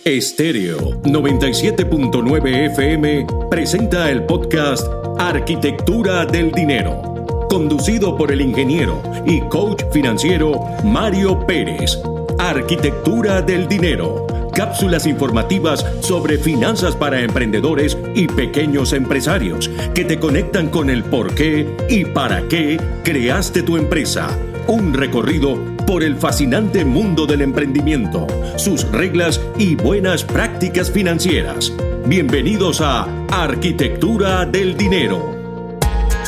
Estéreo 97.9 FM presenta el podcast Arquitectura del Dinero, conducido por el ingeniero y coach financiero Mario Pérez. Arquitectura del Dinero, cápsulas informativas sobre finanzas para emprendedores y pequeños empresarios que te conectan con el por qué y para qué creaste tu empresa. Un recorrido por el fascinante mundo del emprendimiento, sus reglas y buenas prácticas financieras. Bienvenidos a Arquitectura del Dinero.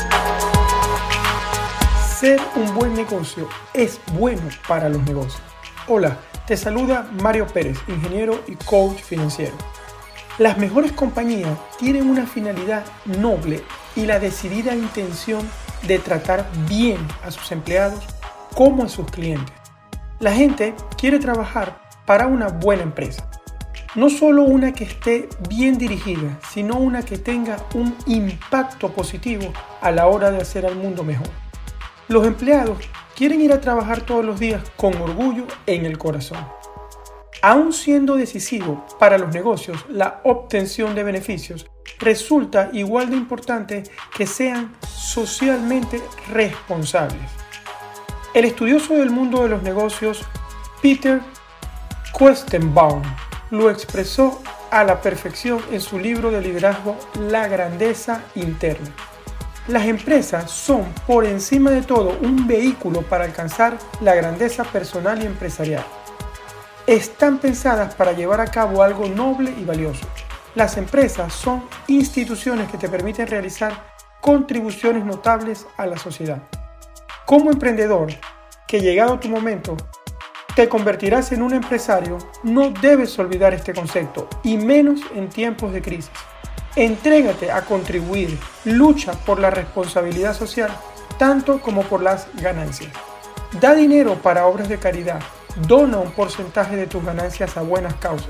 Ser un buen negocio es bueno para los negocios. Hola, te saluda Mario Pérez, ingeniero y coach financiero. Las mejores compañías tienen una finalidad noble y la decidida intención de tratar bien a sus empleados como a sus clientes. La gente quiere trabajar para una buena empresa. No solo una que esté bien dirigida, sino una que tenga un impacto positivo a la hora de hacer al mundo mejor. Los empleados quieren ir a trabajar todos los días con orgullo en el corazón. Aun siendo decisivo para los negocios, la obtención de beneficios resulta igual de importante que sean socialmente responsables. El estudioso del mundo de los negocios, Peter Koestenbaum, lo expresó a la perfección en su libro de liderazgo La grandeza interna. Las empresas son, por encima de todo, un vehículo para alcanzar la grandeza personal y empresarial. Están pensadas para llevar a cabo algo noble y valioso. Las empresas son instituciones que te permiten realizar contribuciones notables a la sociedad. Como emprendedor, que llegado tu momento, te convertirás en un empresario, no debes olvidar este concepto, y menos en tiempos de crisis. Entrégate a contribuir, lucha por la responsabilidad social, tanto como por las ganancias. Da dinero para obras de caridad, dona un porcentaje de tus ganancias a buenas causas.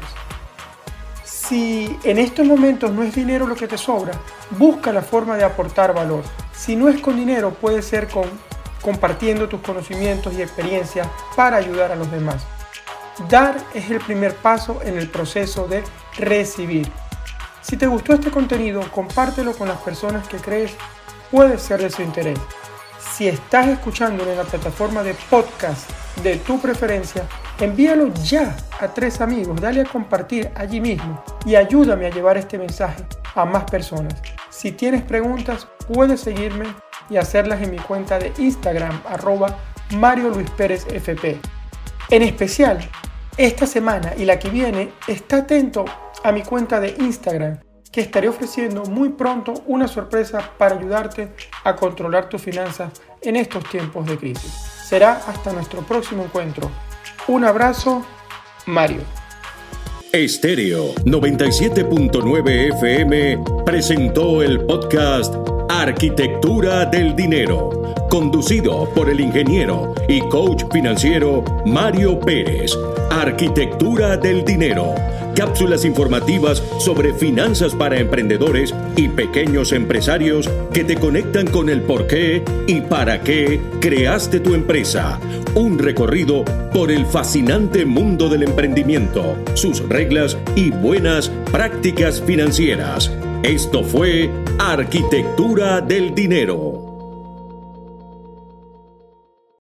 Si en estos momentos no es dinero lo que te sobra, busca la forma de aportar valor. Si no es con dinero, puede ser compartiendo tus conocimientos y experiencias para ayudar a los demás. Dar es el primer paso en el proceso de recibir. Si te gustó este contenido, compártelo con las personas que crees puede ser de su interés. Si estás escuchándolo en la plataforma de podcast de tu preferencia, envíalo ya a 3 amigos, dale a compartir allí mismo y ayúdame a llevar este mensaje a más personas. Si tienes preguntas, puedes seguirme y hacerlas en mi cuenta de Instagram, @MarioLuisPérezFP. En especial, esta semana y la que viene, está atento a mi cuenta de Instagram, que estaré ofreciendo muy pronto una sorpresa para ayudarte a controlar tus finanzas en estos tiempos de crisis. Será hasta nuestro próximo encuentro. Un abrazo, Mario. Estéreo 97.9 FM presentó el podcast Arquitectura del Dinero, conducido por el ingeniero y coach financiero Mario Pérez. Arquitectura del Dinero, cápsulas informativas sobre finanzas para emprendedores y pequeños empresarios que te conectan con el por qué y para qué creaste tu empresa. Un recorrido por el fascinante mundo del emprendimiento, sus reglas y buenas prácticas financieras. Esto fue Arquitectura del Dinero.